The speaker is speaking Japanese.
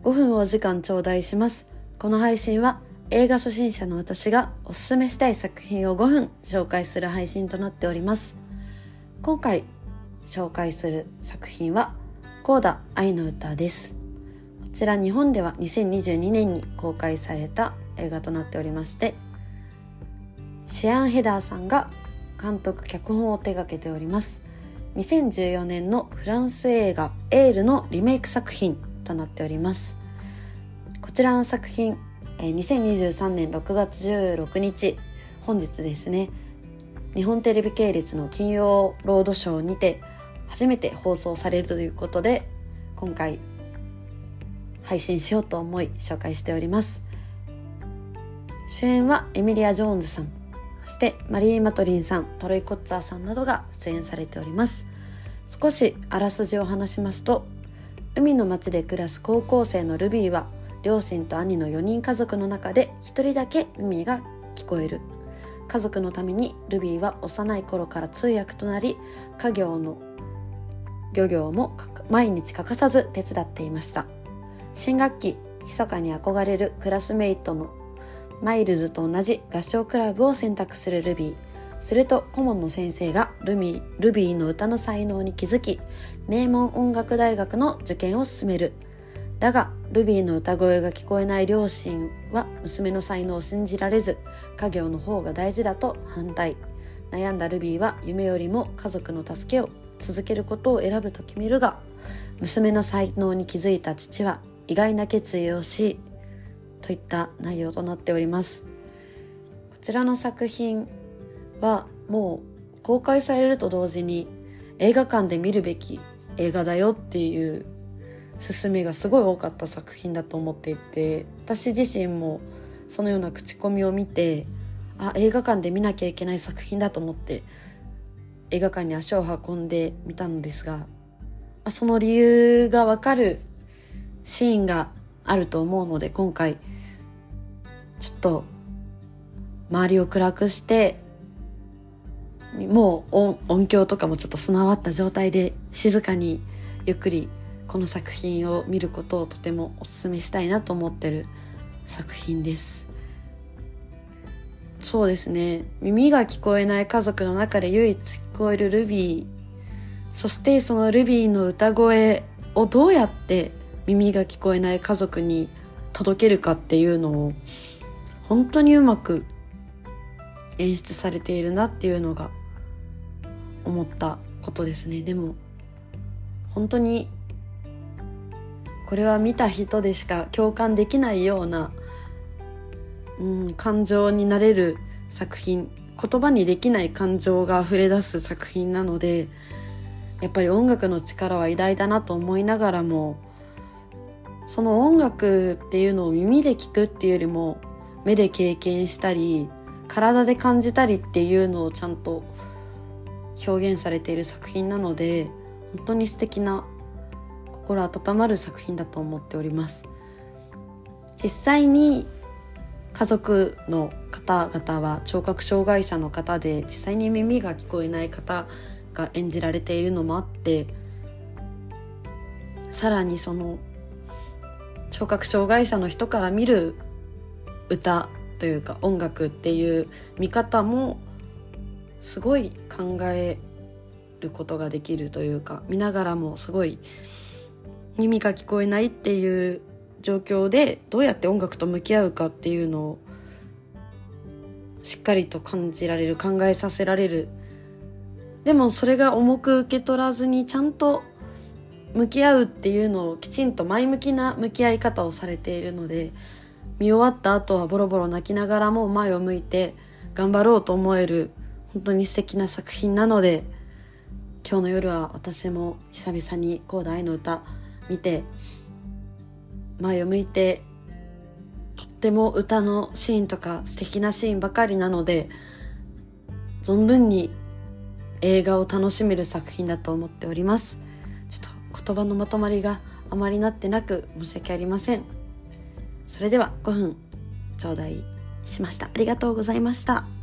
5分お時間頂戴します。この配信は映画初心者の私がおすすめしたい作品を5分紹介する配信となっております。今回紹介する作品はコーダ愛の歌です。こちら日本では2022年に公開された映画となっておりまして、シアン・ヘダーさんが監督脚本を手掛けております。2014年のフランス映画エールのリメイク作品となっております。こちらの作品2023年6月16日本日ですね、日本テレビ系列の金曜ロードショーにて初めて放送されるということで、今回配信しようと思い紹介しております。主演はエミリア・ジョーンズさん、そしてマリー・マトリンさん、トロイ・コッツァーさんなどが出演されております。少しあらすじを話しますと、海の町で暮らす高校生のルビーは両親と兄の4人家族の中で1人だけ耳が聞こえる。家族のためにルビーは幼い頃から通訳となり、家業の漁業も毎日欠かさず手伝っていました。新学期、密かに憧れるクラスメイトのマイルズと同じ合唱クラブを選択するルビー。すると顧問の先生がルビーの歌の才能に気づき、名門音楽大学の受験を進める。だがルビーの歌声が聞こえない両親は娘の才能を信じられず、家業の方が大事だと反対。悩んだルビーは夢よりも家族の助けを続けることを選ぶと決めるが、娘の才能に気づいた父は意外な決意をし、といった内容となっております。こちらの作品はもう公開されると同時に映画館で見るべき映画だよっていう勧めがすごい多かった作品だと思っていて、私自身もそのような口コミを見て、映画館で見なきゃいけない作品だと思って映画館に足を運んでみたのですが、その理由がわかるシーンがあると思うので、今回ちょっと周りを暗くして、もう音響とかもちょっと備わった状態で静かにゆっくりこの作品を見ることをとてもお勧めしたいなと思ってる作品です。そうですね、耳が聞こえない家族の中で唯一聞こえるルビー、そしてそのルビーの歌声をどうやって耳が聞こえない家族に届けるかっていうのを本当にうまく演出されているなっていうのが思ったことですね。でも本当にこれは見た人でしか共感できないような、感情になれる作品、言葉にできない感情が溢れ出す作品なので、やっぱり音楽の力は偉大だなと思いながらも、その音楽っていうのを耳で聞くっていうよりも目で経験したり体で感じたりっていうのをちゃんと表現されている作品なので、本当に素敵な心温まる作品だと思っております。実際に家族の方々は聴覚障害者の方で、実際に耳が聞こえない方が演じられているのもあって、さらにその聴覚障害者の人から見る歌というか音楽っていう見方もすごい考えることができるというか、見ながらもすごい耳が聞こえないっていう状況でどうやって音楽と向き合うかっていうのをしっかりと感じられる、考えさせられる。でもそれが重く受け取らずにちゃんと向き合うっていうのをきちんと前向きな向き合い方をされているので、見終わった後はボロボロ泣きながらも前を向いて頑張ろうと思える本当に素敵な作品なので、今日の夜は私も久々にコーダ愛の歌見て前を向いて、とっても歌のシーンとか素敵なシーンばかりなので、存分に映画を楽しめる作品だと思っております。ちょっと言葉のまとまりがあまりなってなく申し訳ありません。それでは5分頂戴しました。ありがとうございました。